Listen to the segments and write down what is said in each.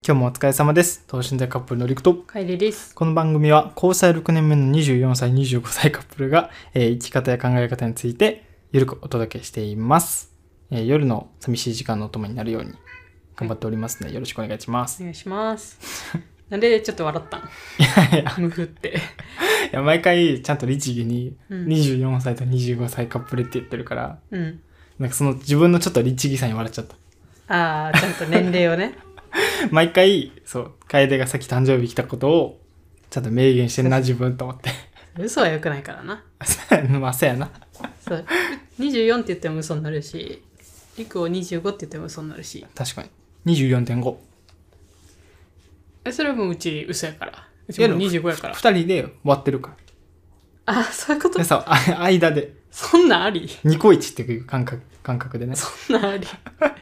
今日もお疲れ様です。等身大カップルのりくと楓です。 この番組は交際6年目の24歳25歳カップルが、生き方や考え方についてゆるくお届けしています。夜の寂しい時間のお供になるように頑張っておりますので、よろしくお願いします。 お願いします。なんでちょっと笑ったん？ いやいや、 ムフって。 いや毎回ちゃんと律儀に24歳と25歳カップルって言ってるから、なんかその自分のちょっと律儀さに笑っちゃった。 ああ、ちゃんと年齢をね。 毎回そう楓がさっき誕生日来たことをちゃんと明言してんな自分と思って。 嘘は良くないからな。 まあそうやな。 そう。24って言っても嘘になるし、リクを25って言っても嘘になるし。 確かに 24.5。 それはもううち嘘やから。うちも25やから。 2人で終わってるから。 あ、そういうことでさ、間でそんなんありニコイチっていう感覚でね。 そんなんあり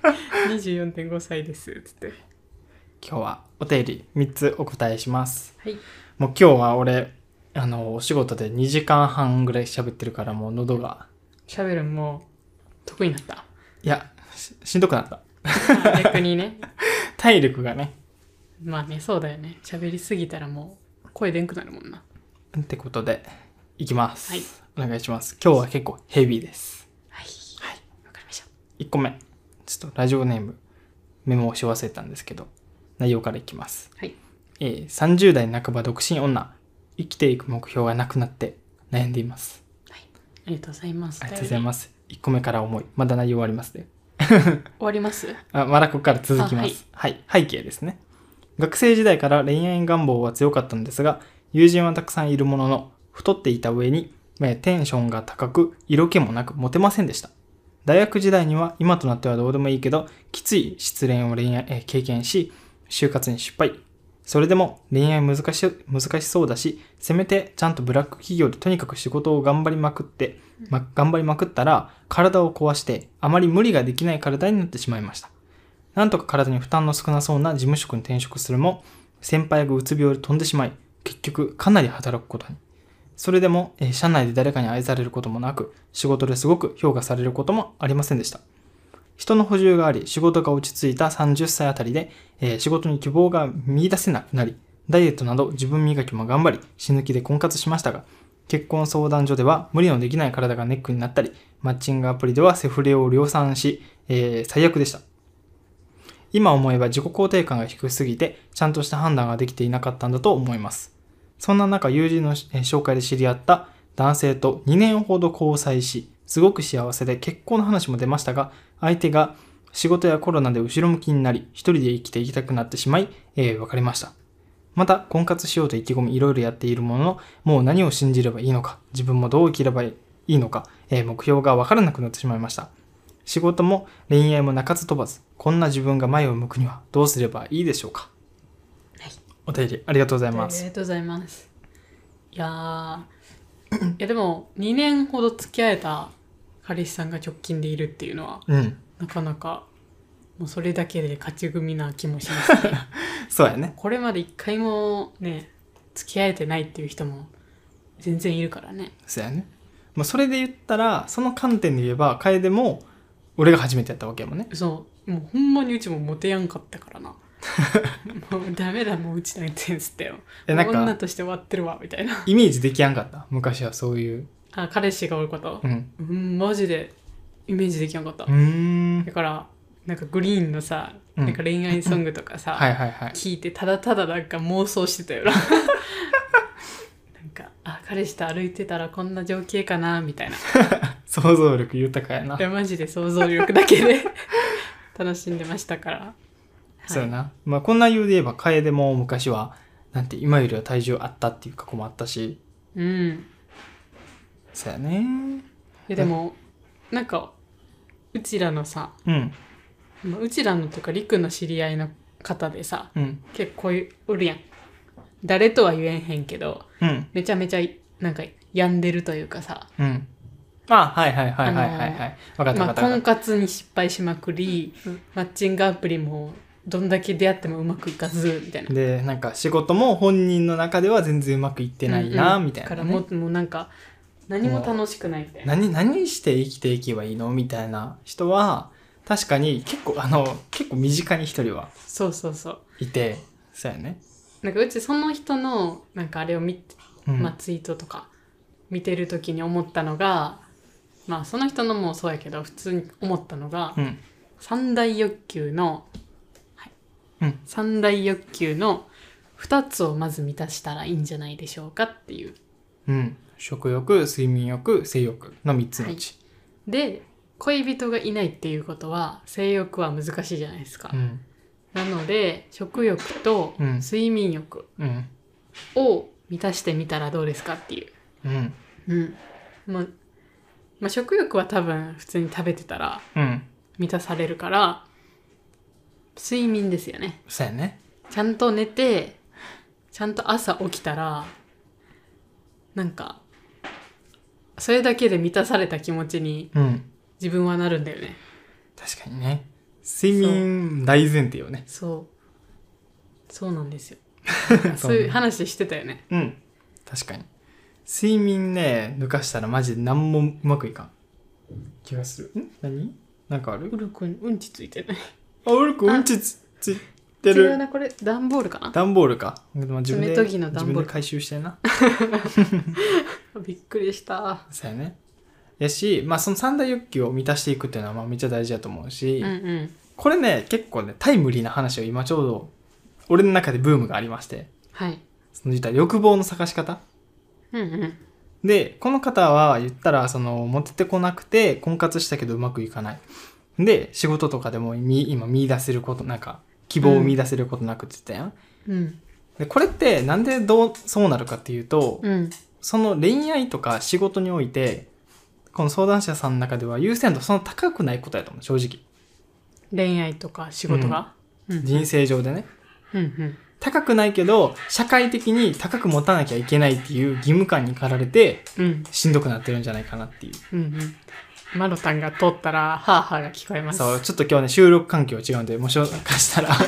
24.5 歳ですっつって。 今日はお便り3つお答えします。 はい。 もう今日は俺お仕事で2時間半ぐらい喋ってるから、もう喉が喋るもう得意になった。 いや しんどくなった。 逆にね。 体力がね。 まあね、そうだよね。喋りすぎたらもう声出んくなるもんな。 ってことでいきます。 はい。 お願いします。今日は結構ヘビーです。 はい。はい。わかりました。 1個目。ちょっとラジオネームメモをし忘れたんですけど、内容からいきます。 はい。 30代半ば独身女。生きていく目標がなくなって悩んでいます。 はい。ありがとうございます。 ありがとうございます。1個目から重い。まだ内容ありますね。 終わります？ まだここから続きます。はい。背景ですね。学生時代から恋愛願望は強かったんですが、友人はたくさんいるものの、太っていた上に、テンションが高く、色気もなくモテませんでした。大学時代には今となってはどうでもいいけど、きつい失恋を経験し、就活に失敗。それでも恋愛難しそうだし、せめてちゃんとブラック企業でとにかく仕事を頑張りまくったら、体を壊してあまり無理ができない体になってしまいました。なんとか体に負担の少なそうな事務職に転職するも、先輩がうつ病で飛んでしまい、結局かなり働くことに。それでも、社内で誰かに愛されることもなく、仕事ですごく評価されることもありませんでした。人の補充があり、仕事が落ち着いた30歳あたりで、仕事に希望が見出せなくなり、ダイエットなど自分磨きも頑張り、死ぬ気で婚活しましたが、結婚相談所では無理のできない体がネックになったり、マッチングアプリではセフレを量産し、最悪でした。今思えば自己肯定感が低すぎて、ちゃんとした判断ができていなかったんだと思います。そんな中、友人の紹介で知り合った男性と2年ほど交際し、すごく幸せで結婚の話も出ましたが、相手が仕事やコロナで後ろ向きになり、一人で生きていきたくなってしまい、別れました。また、婚活しようと意気込みいろいろやっているものの、もう何を信じればいいのか、自分もどう生きればいいのか、目標が分からなくなってしまいました。仕事も恋愛も鳴かず飛ばず、こんな自分が前を向くにはどうすればいいでしょうか。はい。お便りありがとうございます。 ありがとうございます。いやでも2年ほど付き合えた彼氏さんが直近でいるっていうのは、なかなかもうそれだけで勝ち組な気もしますね。 そうやね。 これまで一回もね付き合えてないっていう人も全然いるからね。 そうやね。まあ、それで言ったらその観点で言えば楓も俺が初めてやったわけやもんね。 そうもうほんまにうちもモテやんかったからな。もうダメだ、もううちなんてんすったよ。なんか女として終わってるわみたいな。 イメージできやんかった昔はそういう。 彼氏がおること。マジでイメージできやんかった。だからなんかグリーンのさ、なんか恋愛ソングとかさ、聞いてただただなんか妄想してたよな。なんか彼氏と歩いてたらこんな情景かなみたいな。 想像力豊かやな。 いやマジで想像力だけで楽しんでましたから。 そうやな。まあこんな理由で言えば楓も昔はなんて今よりは体重あったっていう過去もあったし。そうやね。 いやでもなんかうちらのさ、うちらのとかりくの知り合いの方でさ、結構おるやん。誰とは言えへんけど、めちゃめちゃなんか病んでるというかさ。 はいはいはいはいはい。分かった分かった。 婚活に失敗しまくり、マッチングアプリもどんだけ出会ってもうまくいかずみたいな。 でなんか仕事も本人の中では全然うまくいってないなみたいな、ね。 からもうなんか何も楽しくないみたいな。 何して生きていけばいいのみたいな人は確かに結構身近に一人はそうそうそういて、そうやね。 なんかうちその人のなんかあれを見て、まあ、ツイートとか見てる時に思ったのが、まあその人のもそうやけど普通に思ったのが、三大欲求の、三大欲求の2つをまず満たしたらいいんじゃないでしょうかっていう。 食欲、睡眠欲、性欲の3つのうち。 で、恋人がいないっていうことは性欲は難しいじゃないですか。なので食欲と睡眠欲を満たしてみたらどうですかっていう。まあ、食欲は多分普通に食べてたら満たされるから、睡眠ですよね。 そうやね。 ちゃんと寝てちゃんと朝起きたらなんかそれだけで満たされた気持ちに自分はなるんだよね。 確かにね。睡眠大前提よね。 そうなんですよ。そういう話してたよね。 確かに。睡眠ね抜かしたらマジで何もうまくいかん気がする。何？なんかある？ ウルくんうんちついてない。 ウルくんうんちついてる。 違うな、これ段ボールかな。 段ボールか。自分で回収してな。 びっくりした。 そうやね。やし、まあその三大欲求を満たしていくっていうのはまあめっちゃ大事だと思うし、これね結構ねタイムリーな話を今ちょうど俺の中でブームがありまして、その言ったら欲望の探し方。でこの方は言ったらそのモテてこなくて婚活したけどうまくいかない。で仕事とかでも今見出せることなんか希望を見出せることなくって言ったやん。でこれってなんでそうなるかっていうと、その恋愛とか仕事においてこの相談者さんの中では優先度そんな高くないことやと思う正直。 恋愛とか仕事が、 人生上でね、高くないけど社会的に高く持たなきゃいけないっていう義務感に駆られて、しんどくなってるんじゃないかなっていう。 マロタンが通ったらハーハーが聞こえます。 そう、ちょっと今日ね収録環境違うんでもしかしたら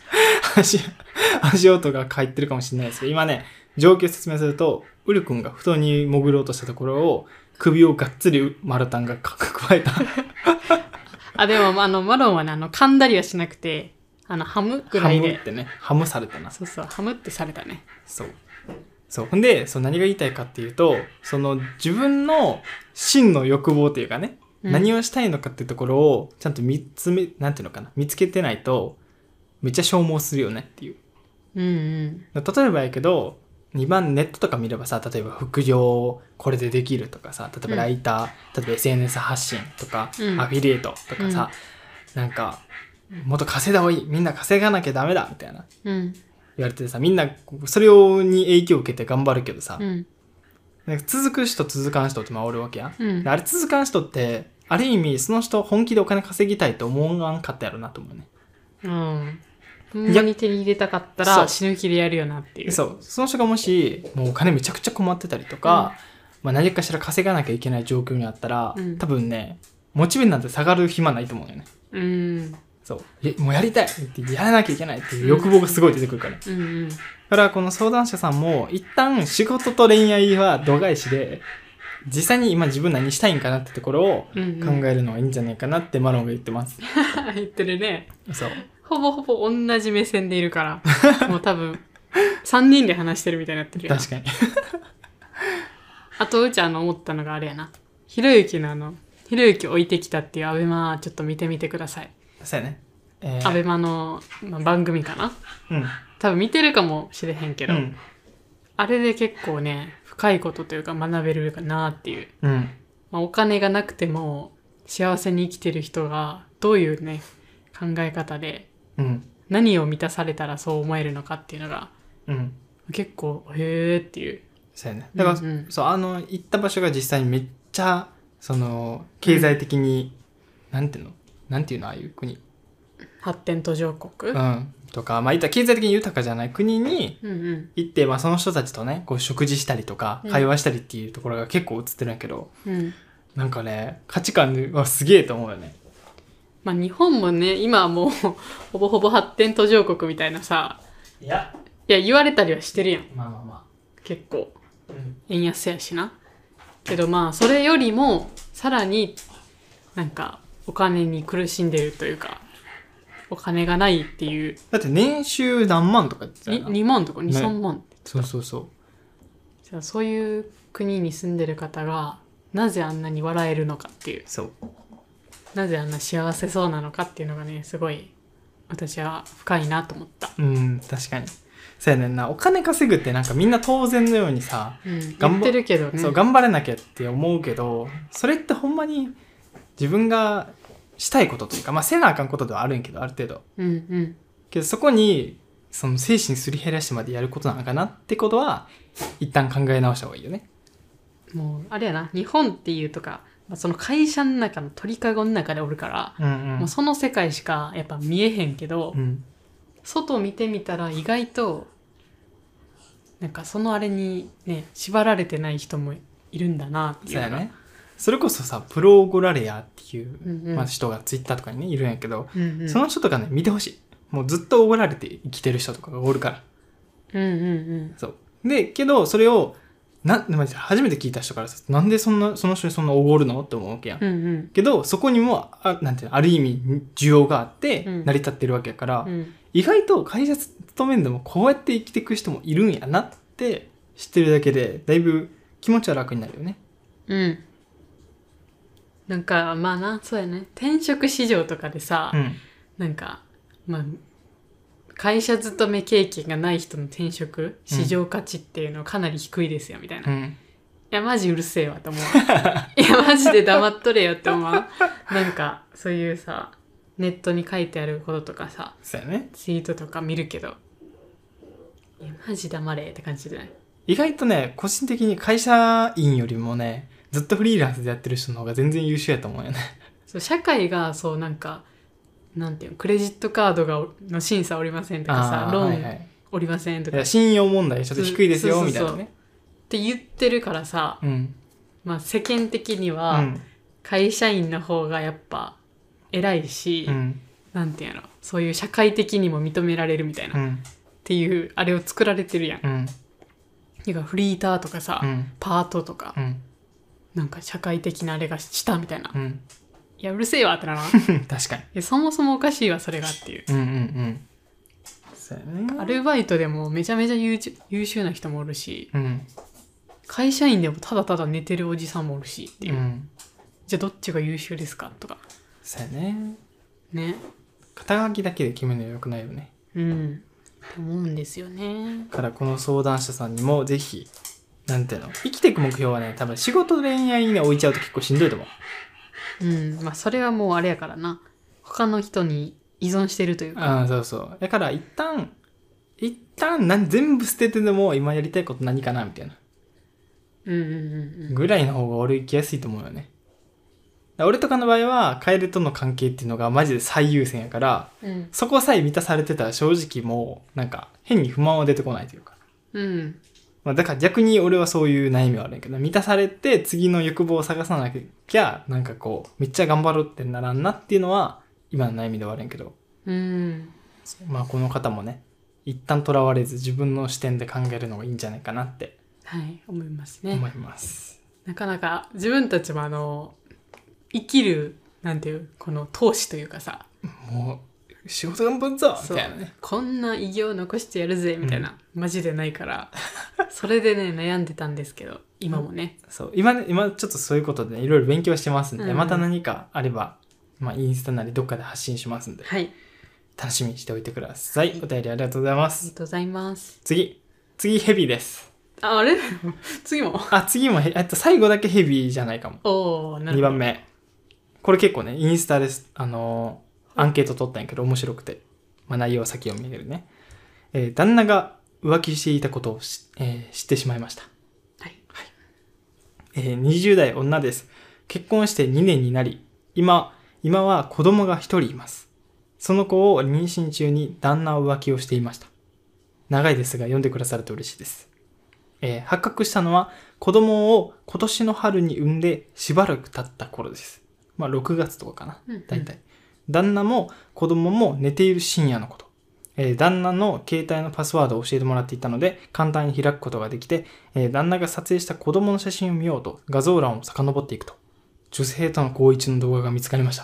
足音が入ってるかもしれないですけど、今ね状況を説明するとウル君が布団に潜ろうとしたところを首をがっつりマロタンが加えたでもマロンはね噛んだりはしなくてハムぐらいでハムってねハムされたな。 そうハムってされたね。 そうほんで何が言いたいかっていうと、その自分の真の欲望というかね、何をしたいのかっていうところをちゃんとなんていうのかな、見つけてないとめっちゃ消耗するよねっていう。例えばやけど今ネットとか見ればさ、例えば副業これでできるとかさ、例えばライター、例えば SNS 発信とか、アフィリエイトとかさ、なんかもっと稼いだ方がいい、みんな稼がなきゃダメだみたいな、言われてさ、みんなそれに影響を受けて頑張るけどさ、なんか続く人続かん人っておるわけや、あれ続かん人ってある意味その人本気でお金稼ぎたいと思わんかったやろなと思うね。 ほんまに手に入れたかったら死ぬ気でやるよなっていう。 その人がもしもうお金めちゃくちゃ困ってたりとか、何かしら稼がなきゃいけない状況にあったら、多分ねモチベなんて下がる暇ないと思うよね。もうやりたいってやらなきゃいけないっていう欲望がすごい出てくるから、だからこの相談者さんも一旦仕事と恋愛は度外視で実際に今自分何したいんかなってところを考えるのがいいんじゃないかなってマロンが言ってます。 言ってるね。ほぼほぼ同じ目線でいるからもう多分3人で話してるみたいになってるよ。 確かにあとうち思ったのがあれやな、ひろゆきのひろゆき置いてきたっていうアベマちょっと見てみてください。 そうやね、 アベマの、番組かな、多分見てるかもしれへんけど、あれで結構ね深いことというか学べるかなっていう、お金がなくても幸せに生きてる人がどういうね考え方で、何を満たされたらそう思えるのかっていうのが、結構へーっていう。 そうやね。だから、行った場所が実際にめっちゃ経済的に、なんていうのああいう国、 発展途上国、 とか、言ったら経済的に豊かじゃない国に行って、その人たちとねこう食事したりとか会話したりっていうところが結構映ってるんやけど、なんかね価値観はすげえと思うよね。 日本もね今はもうほぼほぼ発展途上国みたいなさ、いや言われたりはしてるやん。結構、円安やしな。けどそれよりもさらになんかお金に苦しんでるというか、お金がないっていう。 だって年収何万とかって言ってた 2万とか2、 ね、 3万って。 そうそうそう。 じゃあそういう国に住んでる方がなぜあんなに笑えるのかっていう。 そう。 なぜあんな幸せそうなのかっていうのがね、すごい私は深いなと思った。 確かに。そうやねんな。お金稼ぐってなんかみんな当然のようにさ、 言ってるけどね。 そう、頑張れなきゃって思うけど、それってほんまに自分がしたいことというか、まあせなあかんことではあるんやけど、ある程度。けどそこに、その精神すり減らしてまでやることなのかなってことは、一旦考え直した方がいいよね。 もう、あれやな、日本っていうとか、その会社の中の鳥かごの中でおるから、もうその世界しかやっぱ見えへんけど、外を見てみたら意外となんかそのあれにね縛られてない人もいるんだなっていうのが。そうやね。 それこそさ、プロゴラレアっていう、まあ、人がツイッターとかにねいるんやけど、その人とかね見てほしい。もうずっとおごられて生きてる人とかがおるから。そうでけどそれを初めて聞いた人からさ、なんでその人にそんなおごるのって思うわけやん。けどそこにもなんていうの、ある意味需要があって成り立ってるわけやから、意外と会社勤めんでもこうやって生きていく人もいるんやなって知ってるだけでだいぶ気持ちは楽になるよね。 なんかまあな、そうやね、転職市場とかでさ、なんかまあ会社勤め経験がない人の転職市場価値っていうのはかなり低いですよみたいな、いやマジうるせえわと思ういやマジで黙っとれよって思うなんかそういうさネットに書いてあることとかさ、 そうやね、 ツイートとか見るけど、いやマジ黙れって感じじゃない。 意外とね、個人的に会社員よりもねずっとフリーランスでやってる人の方が全然優秀やと思うよね。 そう、社会がそうなんかなんていうの、クレジットカードがの審査おりませんとかさ、ローンおりませんとか、 信用問題ちょっと低いですよみたいなねって言ってるからさ、まあ世間的には会社員の方がやっぱ偉いし、なんていうの、そういう社会的にも認められるみたいな、っていうあれを作られてるやん。フリーターとかさ、パートとか、なんか社会的なあれがしたみたいな。いやうるせえわってなら確かに。 いやそもそもおかしいわそれがっていう。 そうやね。 アルバイトでもめちゃめちゃ優秀な人もおるし、会社員でもただただ寝てるおじさんもおるしっていう、じゃあどっちが優秀ですかとか。 そうやね。 ね。 肩書きだけで決めるのはよくないよね。 思うんですよね。 だからこの相談者さんにもぜひ、なんていうの、生きていく目標はね、多分仕事恋愛に、ね、置いちゃうと結構しんどいと思う。 まあそれはもうあれやからな、他の人に依存してるというか。 そうそう。だから一旦全部捨ててでも今やりたいこと何かなみたいな。ぐらいの方が俺行きやすいと思うよね。俺とかの場合は楓との関係っていうのがマジで最優先やから、そこさえ満たされてたら正直もうなんか変に不満は出てこないというか。だから逆に俺はそういう悩みはあるんやけど、満たされて次の欲望を探さなきゃなんかこうめっちゃ頑張ろうってならんなっていうのは今の悩みではあるんやけど、まあこの方もね一旦とらわれず自分の視点で考えるのがいいんじゃないかなって思いますね。 思います。 なかなか自分たちも生きるなんていうこの闘志というかさ、 もう仕事頑張るぞみたいなね、 こんな偉業残してやるぜみたいな、マジでないからそれでね悩んでたんですけど、今もね、 そう今ちょっとそういうことで、ね、いろいろ勉強してますんで、また何かあれば、まあ、インスタなりどっかで発信しますんで、楽しみにしておいてください。お便りありがとうございます。 ありがとうございます。 次ヘビーです。 あれ次も最後だけヘビーじゃないかも。 2 番目これ結構ねインスタですアンケート取ったんやけど面白くて、まあ、内容は先を見れるね。旦那が浮気していたことを知ってしまいました。20代女です。結婚して2年になり、今は子供が1人います。その子を妊娠中に旦那は浮気をしていました。長いですが読んでくださると嬉しいです。発覚したのは子供を今年の春に産んでしばらく経った頃です。まあ6月とかかな、大体。旦那も子供も寝ている深夜のこと。旦那の携帯のパスワードを教えてもらっていたので簡単に開くことができて、旦那が撮影した子供の写真を見ようと画像欄を遡っていくと、 女性との行為中の動画が見つかりました。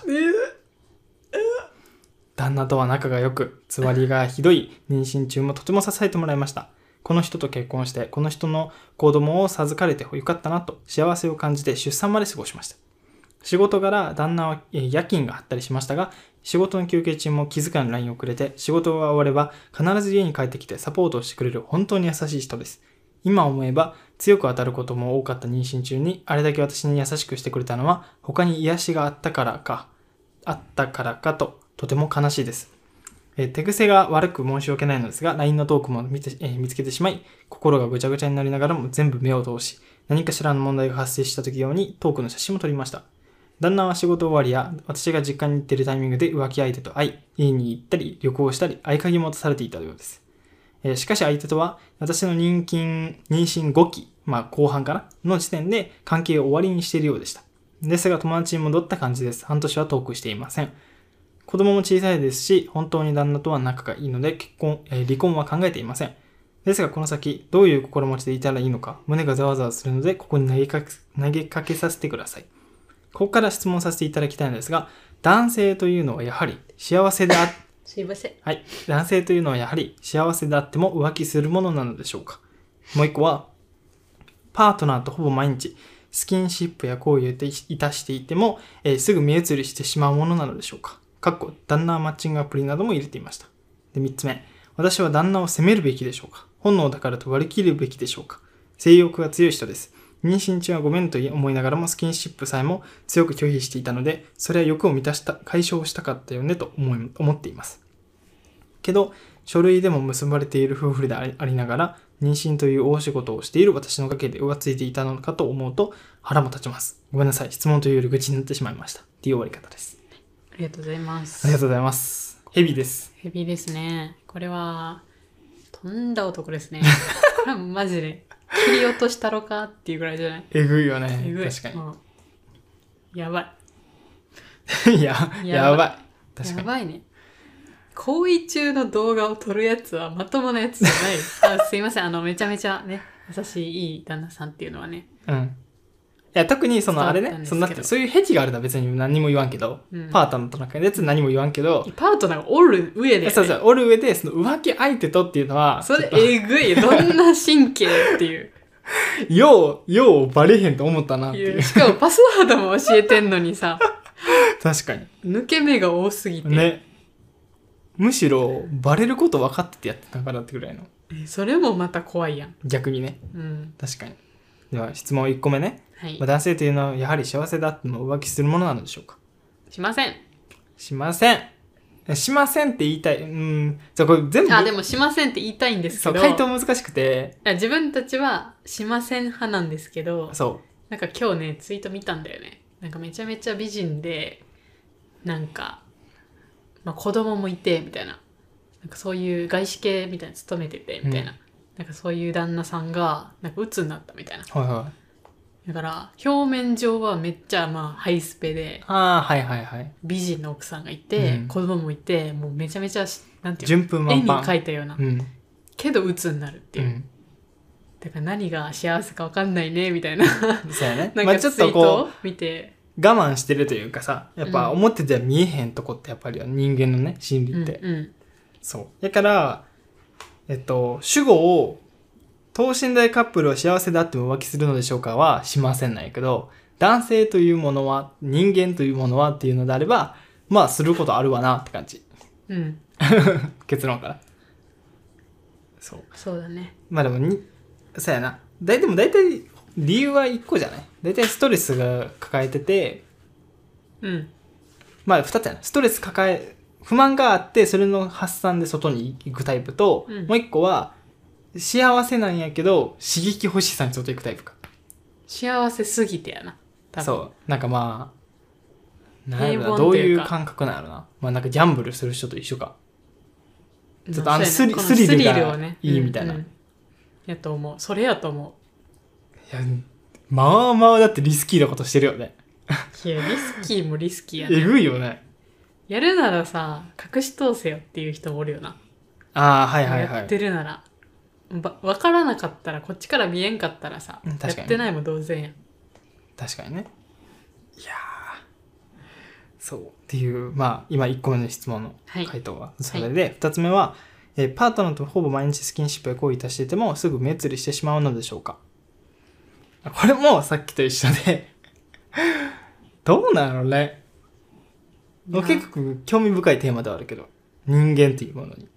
旦那とは仲が良く、つわりがひどい妊娠中もとても支えてもらいました。この人と結婚して、この人の子供を授かれてよかったなと幸せを感じて出産まで過ごしました。仕事柄、旦那は夜勤があったりしましたが、仕事の休憩中も気遣いの LINE をくれて、仕事が終われば必ず家に帰ってきてサポートをしてくれる本当に優しい人です。今思えば強く当たることも多かった妊娠中に、あれだけ私に優しくしてくれたのは他に癒しがあったからかとても悲しいです。手癖が悪く申し訳ないのですが、LINE のトークも見つけてしまい、心がぐちゃぐちゃになりながらも全部目を通し、何かしらの問題が発生した時用にトークの写真も撮りました。旦那は仕事終わりや、私が実家に行っているタイミングで浮気相手と会い、家に行ったり旅行したり、合鍵も渡されていたようです。しかし相手とは、私の妊娠5期、後半かなの時点で関係を終わりにしているようでした。ですが友達に戻った感じです。半年はトークしていません。子供も小さいですし、本当に旦那とは仲がいいので離婚は考えていません。ですがこの先、どういう心持ちでいたらいいのか、胸がざわざわするので、ここに投げかけさせてください。ここから質問させていただきたいのですが、男性というのはやはり幸せであすいません。 はい。男性というのはやはり幸せであっても浮気するものなのでしょうか。もう一個は、パートナーとほぼ毎日、スキンシップや行為をいたしていても、すぐ目移りしてしまうものなのでしょうか。旦那はマッチングアプリなども入れていました。で、3つ目。私は旦那を責めるべきでしょうか。本能だからと割り切るべきでしょうか。性欲が強い人です。妊娠中はごめんと思いながらもスキンシップさえも強く拒否していたので、それは欲を解消したかったよねと思っています。けど、書類でも結ばれている夫婦でありながら、妊娠という大仕事をしている私の陰で浮ついていたのかと思うと腹も立ちます。ごめんなさい。質問というより愚痴になってしまいました。っていう終わり方です。 ありがとうございます。 ありがとうございます。ヘビです。 ヘビですね。これは、とんだ男ですね。これはマジで、切り落としたろかっていうぐらいじゃない？ えぐいよね。 えぐい。 確かに。やばい。やばい。 確かに。やばいね。行為中の動画を撮るやつはまともなやつじゃない。すいません。めちゃめちゃね、優しいいい旦那さんっていうのはね。 うん。いや、特にあれね、そういうヘチがあるのは別に何も言わんけど、パートナーとのやつ何も言わんけど、 パートナーがおる上で、ね。 そう、おる上で、浮気相手とっていうのは、 それえぐい。どんな神経っていう。 ようバレへんと思ったなっていう。 しかもパスワードも教えてんのにさ。 確かに。 抜け目が多すぎて。 ね。むしろ、バレること分かっててやってたからってぐらいの。 それもまた怖いやん。 逆にね。 うん。 確かに。では、質問1個目ね。 はい。 男性というのはやはり幸せだっても浮気するものなのでしょうか？ しません。 しません。しませんって言いたい。じゃこれ全部。 でもしませんって言いたいんですけど。 回答難しくて。 自分たちはしません派なんですけど。 そう。 なんか今日ね、ツイート見たんだよね。なんかめちゃめちゃ美人で、なんか、子供もいて、みたいな。なんかそういう外資系みたいな勤めてて、みたいな。なんかそういう旦那さんが、なんか鬱になったみたいな。 はいはい。 だから表面上はめっちゃハイスペで、 はいはいはい。 美人の奥さんがいて、子供もいて、もうめちゃめちゃなんていう順風満帆、 絵に描いたような、けど鬱になるっていう。だから何が幸せか分かんないねみたいな。 そうやね。 なんかツイートを見て我慢してるというかさ、やっぱ表では見えへんとこってやっぱり人間のね心理って、そう。だから主語を等身大カップルは幸せであっても浮気するのでしょうかはしませんないけど、男性というものは、人間というものはっていうのであれば、することあるわなって感じ。結論から。そう。 そうだね。 でもそうやな。でも大体理由は一個じゃない？大体ストレスが抱えてて、二つやな。ストレス不満があって、それの発散で外に行くタイプと、もう一個は、幸せなんやけど刺激欲しさにちょっと行くタイプか。 幸せすぎてやな。 多分そう。なんかなんやろな、どういう感覚なんやろな。なんかギャンブルする人と一緒か。ちょっとスリルがいいみたいな。 やと思う。それやと思う。いや、だってリスキーなことしてるよね。 いや、リスキーもリスキーやね。 えぐいよね。 やるならさ、隠し通せよっていう人もおるよな。 はいはいはい。 やってるなら。分からなかったら、こっちから見えんかったらさ、やってないも同然やん。 確かにね。 いやそうっていうまあ今1個目の質問の回答はそれで、はい、2つ目は、パートナーとほぼ毎日スキンシップや行為いたしていてもすぐ目移りしてしまうのでしょうか。これもさっきと一緒でどうなのね。結構興味深いテーマではあるけど、人間っていうものに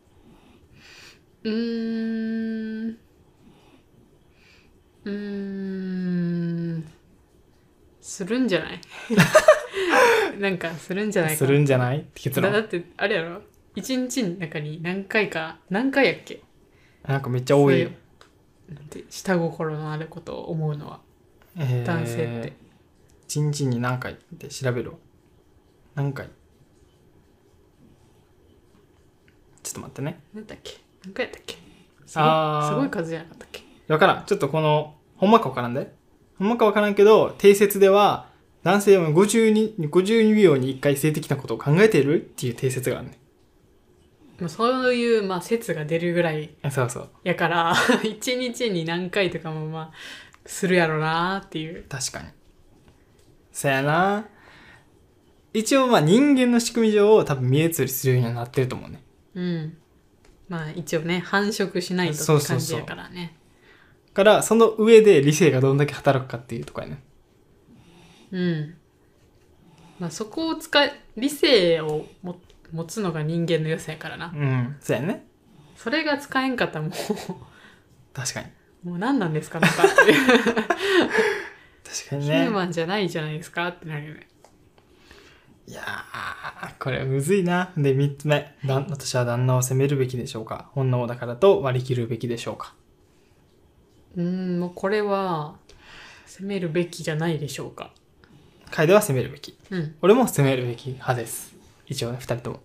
するんじゃないなんかするんじゃないかするんじゃないって結論。 だってあれやろ、一日の中に何回やっけ、 なんかめっちゃ多いよ。 下心のあることを思うのは、男性って一日に何回って調べろ。何回、ちょっと待ってね。 何だっけ、何回やったっけ。すごい数じゃなかったっけ。 分からん。ちょっとこのほんまか分からんで。ほんまか分からんけど定説では男性は52秒に1回性的なことを考えているっていう定説があるね。 そういうまあ説が出るぐらいそうそうやから一日に何回とかもまあするやろなっていう。 確かにそやな。一応まあ人間の仕組み上多分見え移りするようにはなってると思うね。 うん。まあ一応ね繁殖しないとって感じやからね。 からその上で理性がどんだけ働くかっていうところやね。 うん。まあそこを理性を持つのが人間の良さやからな。 うん、そうやね。 それが使えんかったらもう確かに。 もう何なんですかなんかって確かにね。 ヒューマンじゃないじゃないですかってなるよね。 いやーこれむずいな。で3つ目、私は旦那を責めるべきでしょうか、本能だからと割り切るべきでしょうか。 もうこれは責めるべきじゃないでしょうか。 楓は責めるべき、 うん、 俺も責めるべき派です。一応ね、2人とも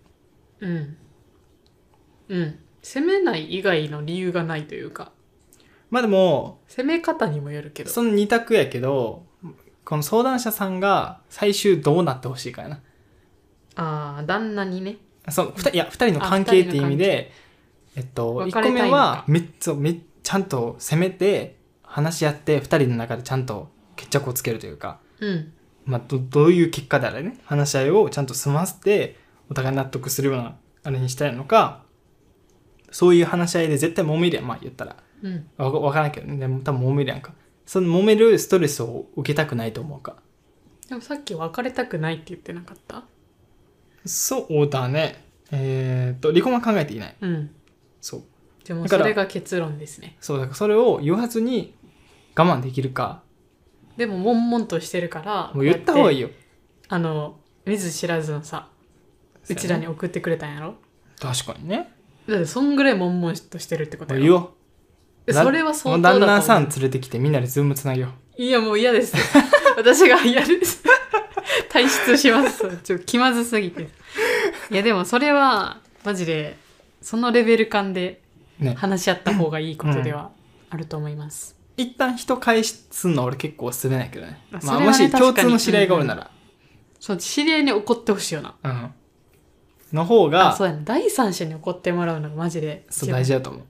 責めない以外の理由がないというか。 まあでも責め方にもよるけど、 その2択やけど、この相談者さんが最終どうなってほしいかやな。 旦那にね。 2人の関係っていう意味で1個目はちゃんと攻めて話し合って2人の中でちゃんと決着をつけるというか、まあ、どういう結果であれね、話し合いをちゃんと済ませてお互い納得するようなあれにしたいのか、そういう話し合いで絶対揉めるやん、まあ言ったら、分からんけどね、でも多分揉めるやんか。その揉めるストレスを受けたくないと思うか。 でもさっき別れたくないって言ってなかった？ そうだね。離婚は考えていない。そう。 でもそれが結論ですね。 そうだからそれを言わずに我慢できるか。 でも悶々としてるからもう言った方がいいよ。 見ず知らずのさ、うちらに送ってくれたんやろ。 確かにね。 だってそんぐらい悶々としてるってことやろ。 言おう。 それは相当だと思う。 旦那さん連れてきてみんなでズームつなげよう。いやもう嫌です私が嫌です退出します。ちょっと気まずすぎて。いやでもそれはマジでそのレベル感で話し合った方がいいことではあると思います、 一旦人返しすんの俺結構おすすめないけどね。まあもし共通の知り合いがおるなら、 そう知り合いに怒ってほしいよな。 の方がそうやね、第三者に怒ってもらうのがマジでそう大事だと思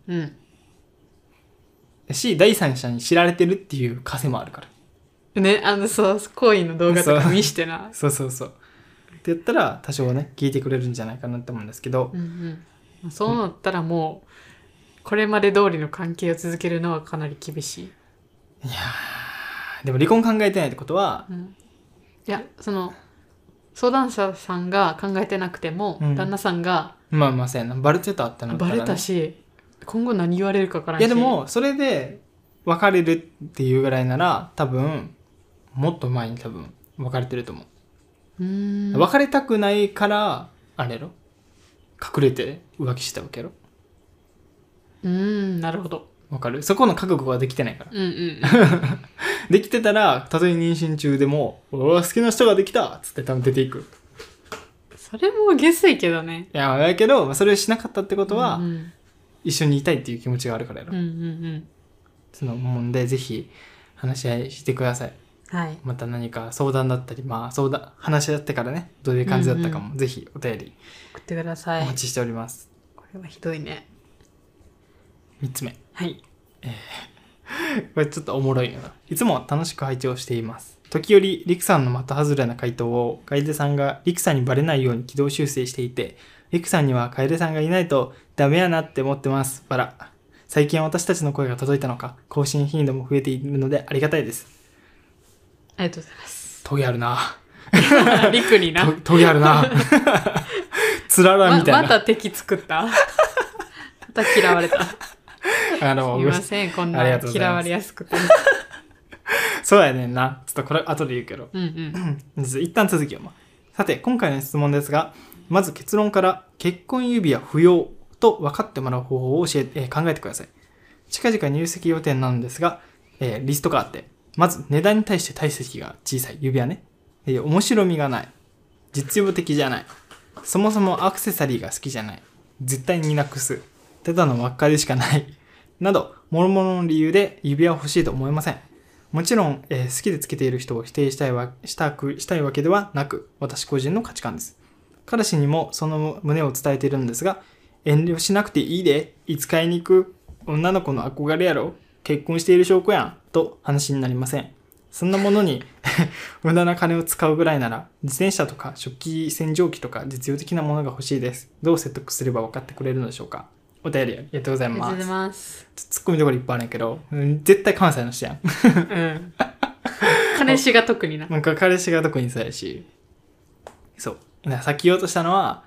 う。し第三者に知られてるっていう枷もあるからね。そう行為の動画とか見してな。 そうって言ったら多少ね聞いてくれるんじゃないかなって思うんですけど、 そうなったらもうこれまで通りの関係を続けるのはかなり厳しい。 いやでも離婚考えてないってことは、 いやその相談者さんが考えてなくても、旦那さんがまあそうやな、バレてたってなったら、ね、 バレたし今後何言われるか分からんし。 いやでもそれで別れるっていうぐらいなら多分もっと前に多分別れてると思う。別れたくないからあれやろ、隠れて浮気したわけやろ。 なるほど。 わかる。そこの覚悟ができてないから。できてたらたとえ妊娠中でも俺は好きな人ができたっつって多分出ていく。 それも下水けどね。 いやだけどそれをしなかったってことは、一緒にいたいっていう気持ちがあるからやろ。その問題ぜひ話し合いしてください。また何か相談だったり、話し合ってからねどういう感じだったかも、ぜひお便り送ってください。 お待ちしております。 これはひどいね。 3つ目、これちょっとおもろいよな。いつも楽しく拝聴しています。 時折、リクさんの的外れな回答を楓さんがリクさんにバレないように軌道修正していて、リクさんには楓さんがいないとダメやなって思ってます。バラ。最近は私たちの声が届いたのか、更新頻度も増えているのでありがたいです。 ありがとうございます。 トゲあるな。 リクにな。 トゲあるな。つららみたいな。 また敵作ったまた嫌われた。すみません、こんな嫌われやすくて。 そうやねんな。ちょっとこれ後で言うけど。一旦続きを。さて、今回の質問ですが、まず結論から結婚指輪不要と分かってもらう方法を考えてください。近々入籍予定なんですが、リストがあって、まず値段に対して体積が小さい指輪ね。面白みがない。実用的じゃない。そもそもアクセサリーが好きじゃない。絶対になくす。ただの輪っかでしかない。など、諸々の理由で指輪を欲しいと思いません。もちろん、好きでつけている人を否定したいわけではなく、私個人の価値観です。彼氏にもその旨を伝えているんですが、遠慮しなくていいで、いつ買いに行く、女の子の憧れやろ、結婚している証拠やん、と話になりません。そんなものに無駄な金を使うぐらいなら、自転車とか食器洗浄機とか実用的なものが欲しいです。どう説得すれば分かってくれるのでしょうか。お便りありがとうございます。 ありがとうございます。 ツッコミどころいっぱいあるんやけど、絶対関西の人やん。 彼氏が特にな。 なんか彼氏が特にそうやし。そう。さっき言おうとしたのは、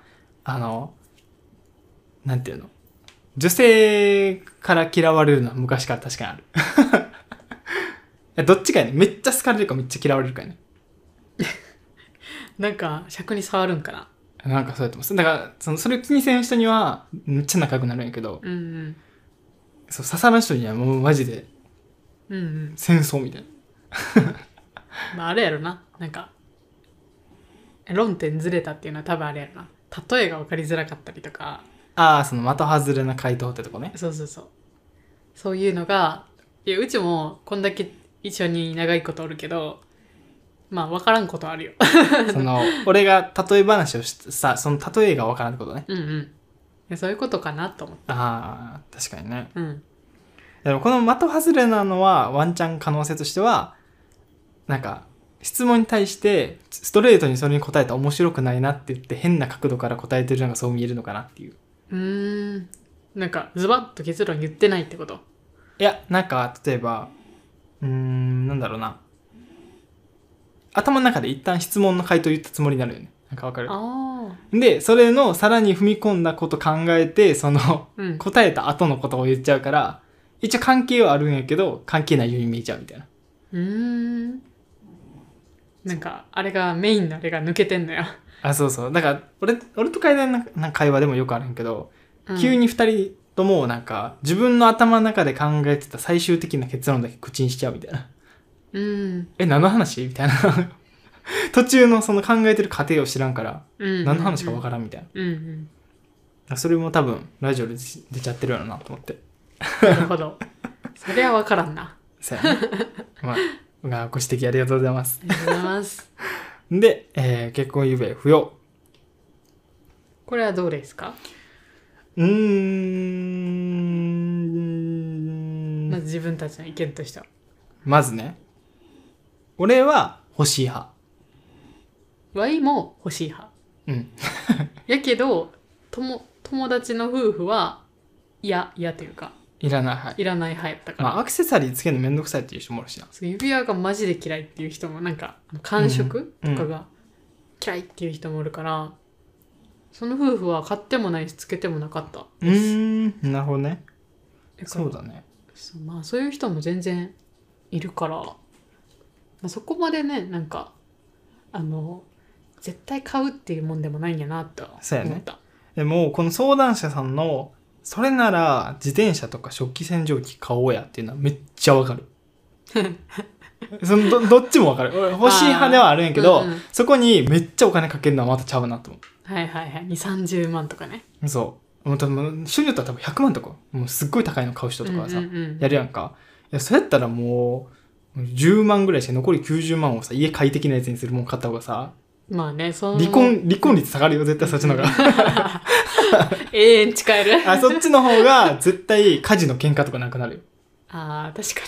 なんていうの。女性から嫌われるのは昔から確かにある。どっちかやね。めっちゃ好かれるかめっちゃ嫌われるかやね。 なんか尺に触るんかな。 なんかそうやってます。だからそれを気にせん人にはめっちゃ仲良くなるんやけど、そう刺さらん人にはもうマジで戦争みたいな。 まああれやろな。なんか論点ずれたっていうのは多分あれやろな。例えが分かりづらかったりとか。 ああ、その的外れな回答ってとこね。 そう。そういうのが、いやうちもこんだけ一緒に長いことおるけど、まあ分からんことあるよ。 俺が例え話をしてさ、その例えが分からんことね。 そういうことかなと思った。 ああ、確かにね。でもこの的外れなのはワンチャン可能性としては、なんか質問に対してストレートにそれに答えたら面白くないなって言って変な角度から答えてるのがそう見えるのかなっていう。 なんかズバッと結論言ってないってこと？ いや、なんか例えばなんだろうな、頭の中で一旦質問の回答言ったつもりになるよね。なんかわかる？でそれのさらに踏み込んだこと考えて答えた後のことを言っちゃうから、一応関係はあるんやけど関係ないように見えちゃうみたいな。 なんかあれがメインのあれが抜けてんのよ。 そうだから俺と会談会話でもよくあるんやけど、急に2人ともなんか自分の頭の中で考えてた最終的な結論だけ口にしちゃうみたいな。何の話みたいな。途中のその考えてる過程を知らんから、何の話かわからんみたいな。それも多分ラジオで出ちゃってるやろなと思って。 なるほど。それはわからんな。 そうやね。ご指摘ありがとうございます。 ありがとうございます。 で、結婚指輪不要。 これはどうですか？まず自分たちの意見としては。 まずね、俺は欲しい派。 ワイも欲しい派。やけど友達の夫婦は嫌というかいらない派。 いらない派やったから。 アクセサリーつけるのめんどくさいっていう人もおるしな。 指輪がマジで嫌いっていう人も、なんか感触とかが嫌いっていう人もおるから、その夫婦は買ってもないしつけてもなかったです。 なるほどね。そうだね。 そういう人も全然いるから、そこまでね、なんか絶対買うっていうもんでもないんやなと思った。 そうやね。でもこの相談者さんのそれなら自転車とか食器洗浄機買おうやっていうのはめっちゃわかる。どっちもわかる。俺欲しい派ではあるんやけど、そこにめっちゃお金かけるのはまたちゃうなと思う。 2、30万とかね。 そう。もう多分人によっては多分100万とか、もうすっごい高いの買う人とかはさ、やるやんか。いや、そうやったらもう10万ぐらいして残り90万をさ、家快適なやつにするもん買った方がさ、 まあね、 離婚率下がるよ、絶対そっちの方が。 永遠使える。 そっちの方が絶対家事の喧嘩とかなくなるよ。 確か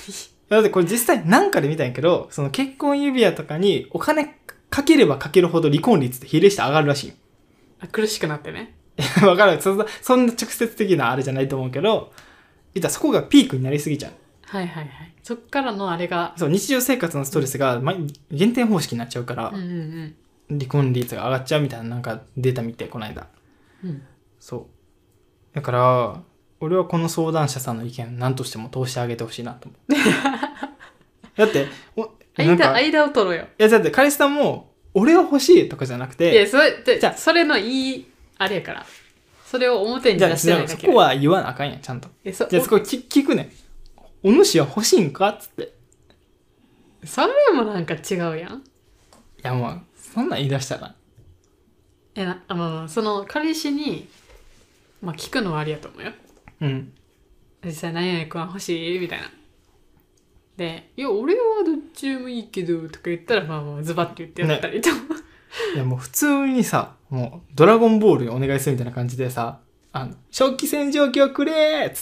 だってこれ実際なんかで見たんやけど、その結婚指輪とかにお金かければかけるほど離婚率って比例して上がるらしい。 苦しくなってね。 わかる。そんな直接的なあれじゃないと思うけど、そこがピークになりすぎちゃう。 はいはいはい。そっからのあれが。 そう、日常生活のストレスが減点方式になっちゃうから、離婚率が上がっちゃうみたいななんかデータ見て、この間。そう。だから、俺はこの相談者さんの意見何としても通してあげてほしいなと思う。だって、 間を取ろうよ。 いや、だって彼氏さんも、俺は欲しいとかじゃなくて。 いや、それのあれやから。それを表に出してないだけ。 そこは言わなあかんやん、ちゃんと。じゃあそこ聞くね。お主は欲しいんかっつって。 それもなんか違うやん。いや、もう、そんなん言い出したら。 その彼氏に、聞くのはありやと思うよ。実際何々君は欲しいみたいな。で、いや、俺はどっちでもいいけど、とか言ったら、ズバッて言ってやったりと。 いや、もう普通にさ、もう、ドラゴンボールにお願いするみたいな感じでさ、食器洗浄機をくれーっつって。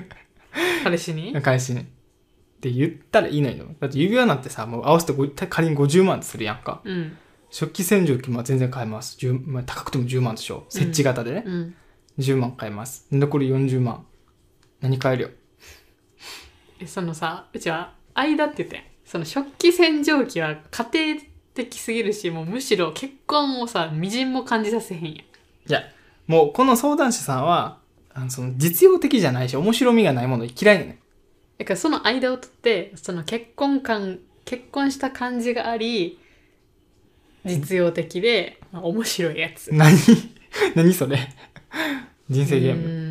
彼氏にって言ったらいいのよ。だって指輪なんてさ、もう合わせて仮に50万ってするやんか。食器洗浄機も全然買えます。高くても10万でしょ。設置型でね。10万買えます。残り40万。何買えるよ。 そのさ、うちは間って言って、その食器洗浄機は家庭的すぎるし、もうむしろ結婚をさ、みじんも感じさせへんやん。いや、もうこの相談者さんは、その実用的じゃないし、面白みがないもの嫌いなのね。 だからその間を取って、その結婚した感じがあり、実用的で、面白いやつ。 何それ人生ゲーム。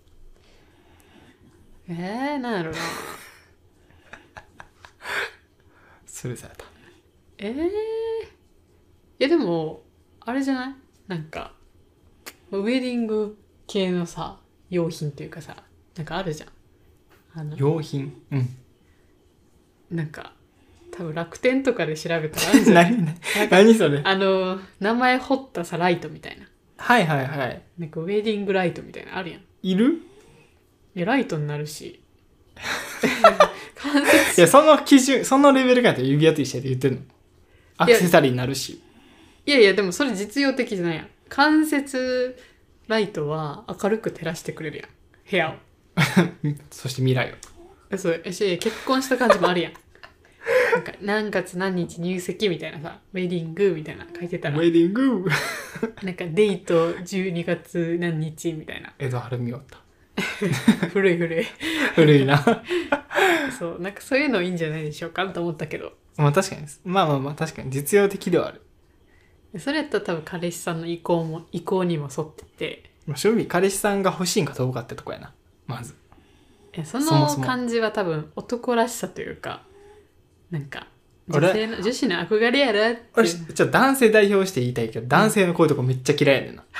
なんやろな。 スルーされた。 いやでも、あれじゃない？なんか、ウェディング系のさ、用品っていうかさ、なんかあるじゃん。 用品？ なんか、多分楽天とかで調べたらあるじゃん。 何それ？ 名前彫ったさ、ライトみたいな。 はいはいはい。 なんかウェディングライトみたいなのあるやん。 いる？ いや、ライトになるし。 いや、その基準、そのレベルが指輪と一緒で言ってるの。アクセサリーになるし。 いや、でもそれ実用的じゃないやん。間接ライトは明るく照らしてくれるやん。部屋を。 そして未来を。そう、結婚した感じもあるやん。なんか、何月何日入籍みたいなさ、ウェディングみたいな書いてたら。 ウェディングなんかデート12月何日みたいな。 江戸晴美おった。 古いな。 そう、なんかそういうのいいんじゃないでしょうかと思ったけど。 まあ確かにです。まあ確かに実用的ではある。 それやったら多分彼氏さんの意向にも沿ってて。 正直彼氏さんが欲しいんかどうかってとこやな。まず。 その感じは多分男らしさというか、なんか女子の憧れやろって。 俺ちょっと男性代表して言いたいけど、男性のこういうとこめっちゃ嫌いやねんな。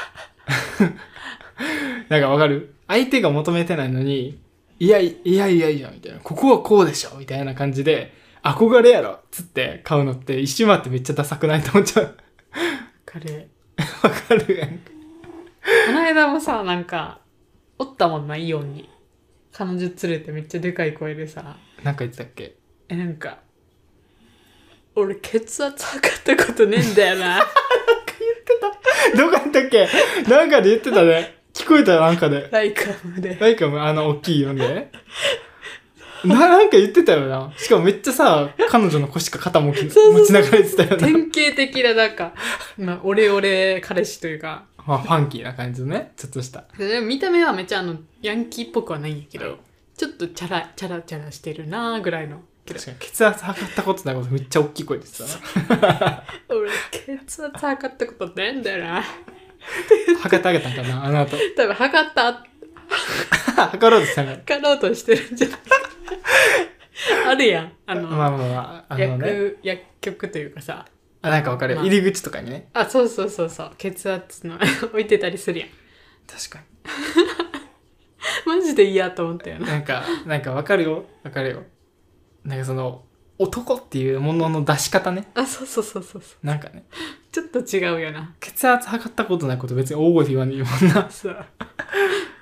なんかわかる？相手が求めてないのに、いやみたいな。ここはこうでしょみたいな感じで、憧れやろっつって買うのって一周回ってめっちゃダサくないと思っちゃう。わかるやんか。 この間もさ、なんか、おったもんな、イオンに。彼女連れてめっちゃでかい声でさ。 なんか言ってたっけ？ なんか、俺血圧測ったことねえんだよな。なんか言ってた。どこやったっけ？なんかで言ってたね。聞こえたよ、なんかで。 ライカムで。 大きいので。なんか言ってたよな。しかもめっちゃさ、彼女の腰か肩持ちながら言ってたよな。 典型的な、なんか、オレ彼氏というか。 ファンキーな感じのね、ちょっとした。 見た目はめっちゃヤンキーっぽくはないんやけど、ちょっとチャラしてるなーぐらいの。 確かに血圧測ったことないことめっちゃ大きい声でさ。 俺血圧測ったことないんだよな。 測ってあげたんかな、あの後。 多分測ろうとしたの。 測ろうとしてるんじゃないあるやん。薬局というかさ。 なんかわかるよ。入り口とかにね。 そう。血圧の置いてたりするやん。 確かに。 マジで嫌と思ったよな。 なんかわかるよ。なんかその、男っていうものの出し方ね。 そう。 なんかね。 ちょっと違うよな。 血圧測ったことないこと別に大声で言わんでいいもんな。 そう。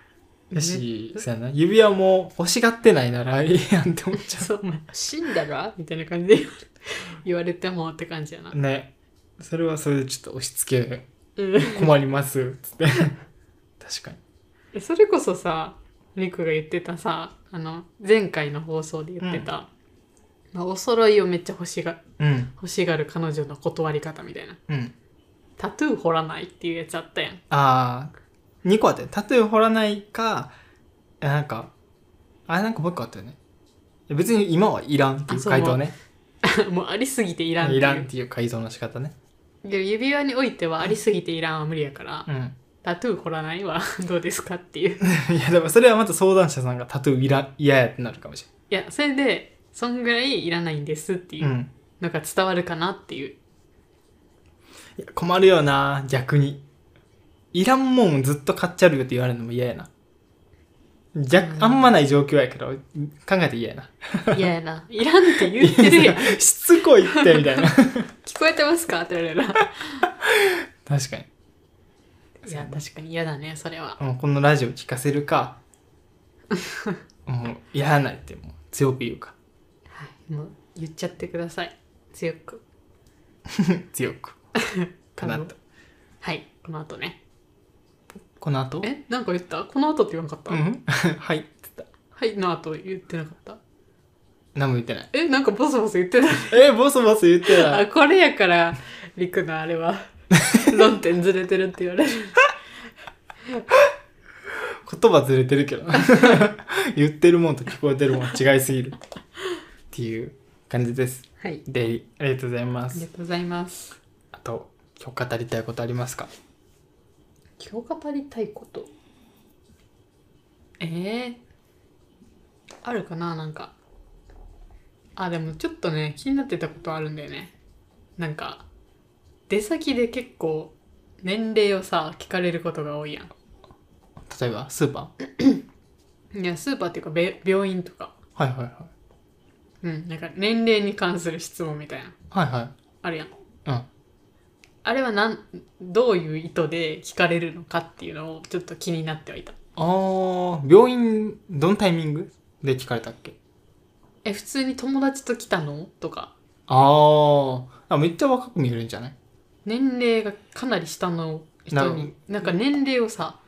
やし、そうやな。指輪も欲しがってないならええやんって思っちゃう。 そう、お前死んだらみたいな感じで言われてもって感じやな。 ね。それはそれでちょっと押し付け困りますつって。確かに。それこそさ、リクが言ってたさ、前回の放送で言ってた、お揃いをめっちゃ欲しがる彼女の断り方みたいな。タトゥー彫らないっていうやつあったやん。 ああ、2個あったよ。タトゥー彫らないか、なんかもう1個あったよね。別に今はいらんっていう回答ね。 もうありすぎていらんっていう回答の仕方ね。 で指輪においてはありすぎていらんは無理やから、タトゥー彫らないはどうですかっていう。 いやでもそれはまた相談者さんがタトゥー嫌やってなるかもしれない。いやそれでそんぐらいいらないんですっていうのが伝わるかなっていう。 いや困るよな、逆に。いらんもんずっと買っちゃうよって言われるのも嫌やな。あんまない状況やけど考えて嫌やな。 嫌やな。いらんって言ってるやん。 しつこいってみたいな。 聞こえてますかって言われるな。 確かに。 いや確かに嫌だねそれは。 このラジオ聞かせるかもういらないってもう強く言うか。 はい、もう言っちゃってください。強く。 強く。かなと。 はい、この後ね。 この後？ なんか言った？この後って言わなかった？ はいって言った。 はいの後言ってなかった？ 何も言ってない。 なんかボソボソ言ってない。 ボソボソ言ってない。 これやからリクのあれは論点ずれてるって言われる。 言葉ずれてるけど言ってるもんと聞こえてるもん違いすぎるっていう感じです。 はい。 で、ありがとうございます。 ありがとうございます。 あと今日語りたいことありますか？ 今日語りたいこと。あるかな。なんかでもちょっとね気になってたことあるんだよね。なんか出先で結構年齢をさ聞かれることが多いやん。 例えばスーパー？いやスーパーっていうか病院とか。 はいはいはい。 なんか年齢に関する質問みたいな。 はいはい。 あるやん。 あれはどういう意図で聞かれるのかっていうのをちょっと気になってはいた。 病院どのタイミングで聞かれたっけ？ 普通に友達と来たのとか。 めっちゃ若く見えるんじゃない？ 年齢がかなり下の人になんか年齢をさ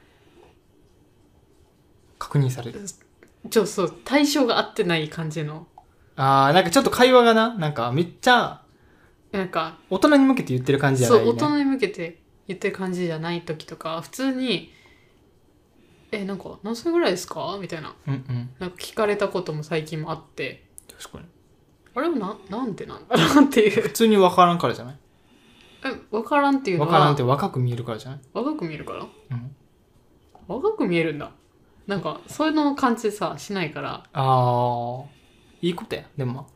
確認される。 そう対象が合ってない感じの。 なんかちょっと会話がなんかめっちゃなんか大人に向けて言ってる感じじゃないね。 そう大人に向けて言ってる感じじゃない時とか普通になんか何歳ぐらいですかみたいな、なんか聞かれたことも最近もあって。 確かに。 あれはなんでなんだろうっていう。 普通に分からんからじゃない？ 分からんっていうのは分からんって若く見えるからじゃない？ 若く見えるから、若く見えるんだ。なんかそういうの感じさしないから。 いいことや。でも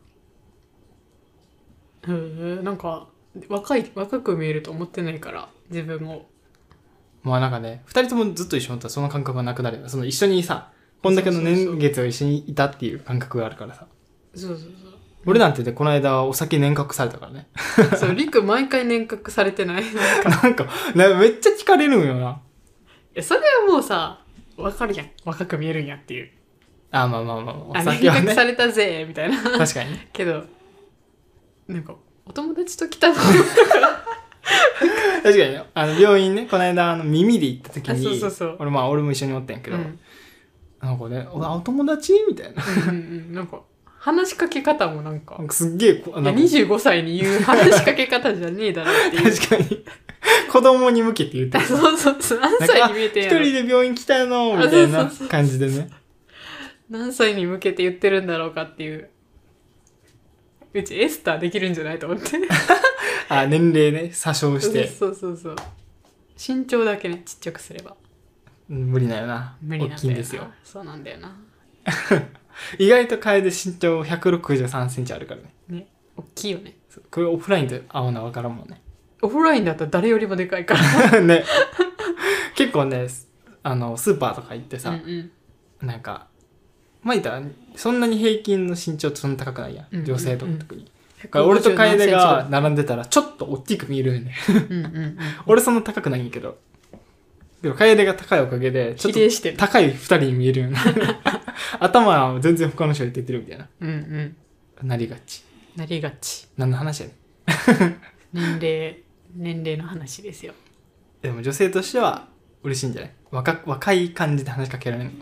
なんか若く見えると思ってないから自分を。 なんかね、2人ともずっと一緒にいたらその感覚がなくなるよ。その一緒にさこんだけの年月を一緒にいたっていう感覚があるからさ。 そう俺なんてね、この間お酒年覚されたからね。 そうリク毎回年覚されてない？ なんかめっちゃ聞かれるんよな。 それはもうさ分かるやん、若く見えるんやっていう。 まあお酒はね、 年覚されたぜみたいな。 確かにけどなんかお友達と来たの確かにね、病院ね、この間耳で行った時にそう俺も一緒におったんやけど、なんかね、お友達みたいな。 なんか話しかけ方もなんかすっげえ 25歳に言う話しかけ方じゃねえだろっていう。 確かに子供に向けて言ってる。 そう何歳に見えてんやろ。 一人で病院来たのみたいな感じでね。 何歳に向けて言ってるんだろうかっていう。うちエスターできるんじゃないと思って。 年齢ね詐称して。 そう身長だけねちっちゃくすれば無理だよな。 無理なんだよな。 大きいんですよ。 そうなんだよな。 意外と楓身長163センチあるからね。 ね、大きいよね。 これオフラインで会うのは分からんもんね。 オフラインだったら誰よりもでかいからね。結構ね、スーパーとか行ってさ、なんかいたらそんなに平均の身長ってそんな高くないやん、女性とか特に。俺と楓が並んでたらちょっと大きく見えるよね。俺そんな高くないんやけど、 けど楓が高いおかげでちょっと高い2人に見えるような頭は全然他の人より出てるみたいな、 うんうん、 なりがち何の話やね年齢の話ですよ。 でも女性としては嬉しいんじゃない？若い感じで話しかけられる。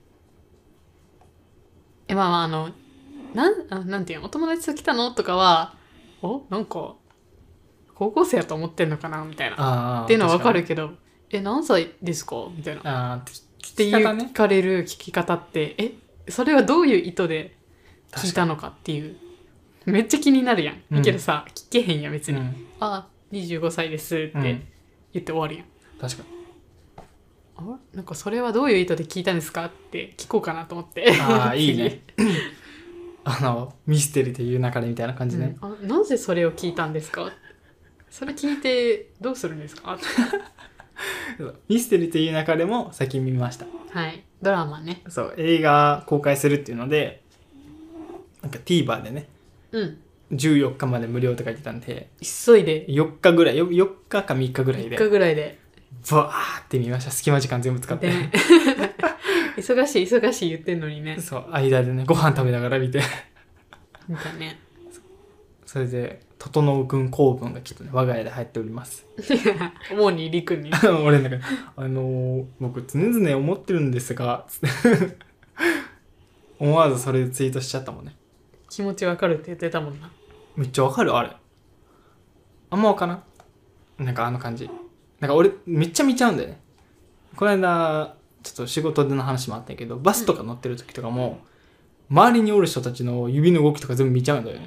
まあなんていうの、お友達と来たのとかはなんか高校生やと思ってんのかなみたいなっていうのは分かるけど、何歳ですかみたいなって聞かれる聞き方ってそれはどういう意図で聞いたのかっていうめっちゃ気になるやん、けどさ聞けへんや別に、25歳ですって言って終わるやん。 確かに。 なんかそれはどういう意図で聞いたんですかって聞こうかなと思って。 いいねミステリーという流れみたいな感じね、 なぜそれを聞いたんですか、それ聞いてどうするんですかミステリーという流れも先見ました。 はい、ドラマね。 そう映画公開するっていうのでなんか TVer でね、14日まで無料って書いてたんで急いで 4日ぐらい4日か3日ぐらいで 3日ぐらいでバーって見ました。隙間時間全部使って忙しい言ってんのにね。 そう間でねご飯食べながら見て見たね。 それで整くん公文がきっとね我が家で入っております主にりくんに俺の中で僕常々思ってるんですがつって思わずそれでツイートしちゃったもんね。 気持ちわかるって言ってたもんな。 めっちゃわかるあれ。あんまわからん。なんかあの感じ。なんか俺めっちゃ見ちゃうんだよね。この間ちょっと仕事での話もあったんやけどバスとか乗ってる時とかも、周りにおる人たちの指の動きとか全部見ちゃうんだよね。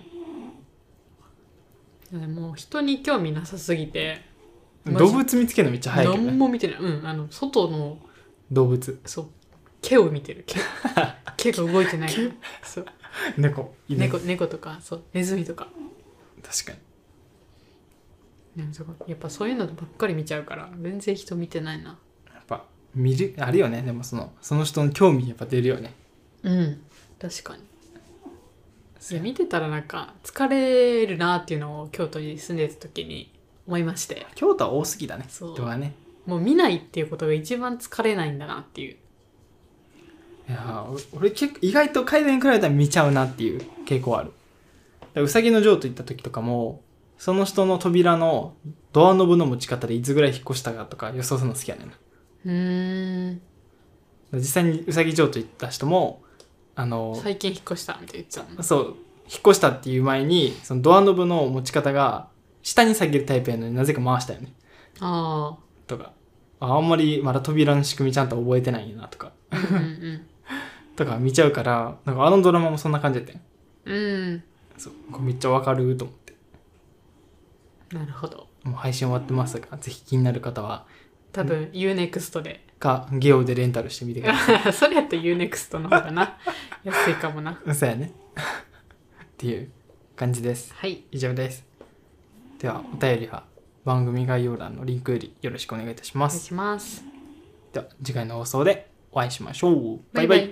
もう人に興味なさすぎて動物見つけるのめっちゃ早いけどね。 何も見てない。外の動物。 そう毛を見てる。毛が動いてないからそう猫とかそうネズミとか。 確かにやっぱそういうのばっかり見ちゃうから全然人見てないな。 やっぱ見るあるよね。でもその人の興味やっぱ出るよね。 確かに。見てたらなんか疲れるなっていうのを京都に住んでた時に思いまして。 京都は多すぎだね。 人がね。 もう見ないっていうことが一番疲れないんだなっていう。 いや俺結構意外と階段に比べたら見ちゃうなっていう傾向ある。うさぎの城と行った時とかもその人の扉のドアノブの持ち方でいつぐらい引っ越したかとか予想するの好きやねんな。実際にうさぎ城と行った人も最近引っ越したみたいな言ってたの。 そう引っ越したっていう前にそのドアノブの持ち方が下に下げるタイプやのになぜか回したよね。とかあんまりまだ扉の仕組みちゃんと覚えてないんやなとかとか見ちゃうからなんかドラマもそんな感じだったよ。そうこれめっちゃわかると思って。 なるほど。 もう配信終わってますがぜひ気になる方は多分 UNEXT でかゲオでレンタルしてみてくださいそれやったら UNEXT の方がな安いかもな。 そうやねっていう感じです。 はい、 以上です。ではお便りは番組概要欄のリンクよりよろしくお願いいたします。 お願いします。 では次回の放送でお会いしましょう。バイバイ。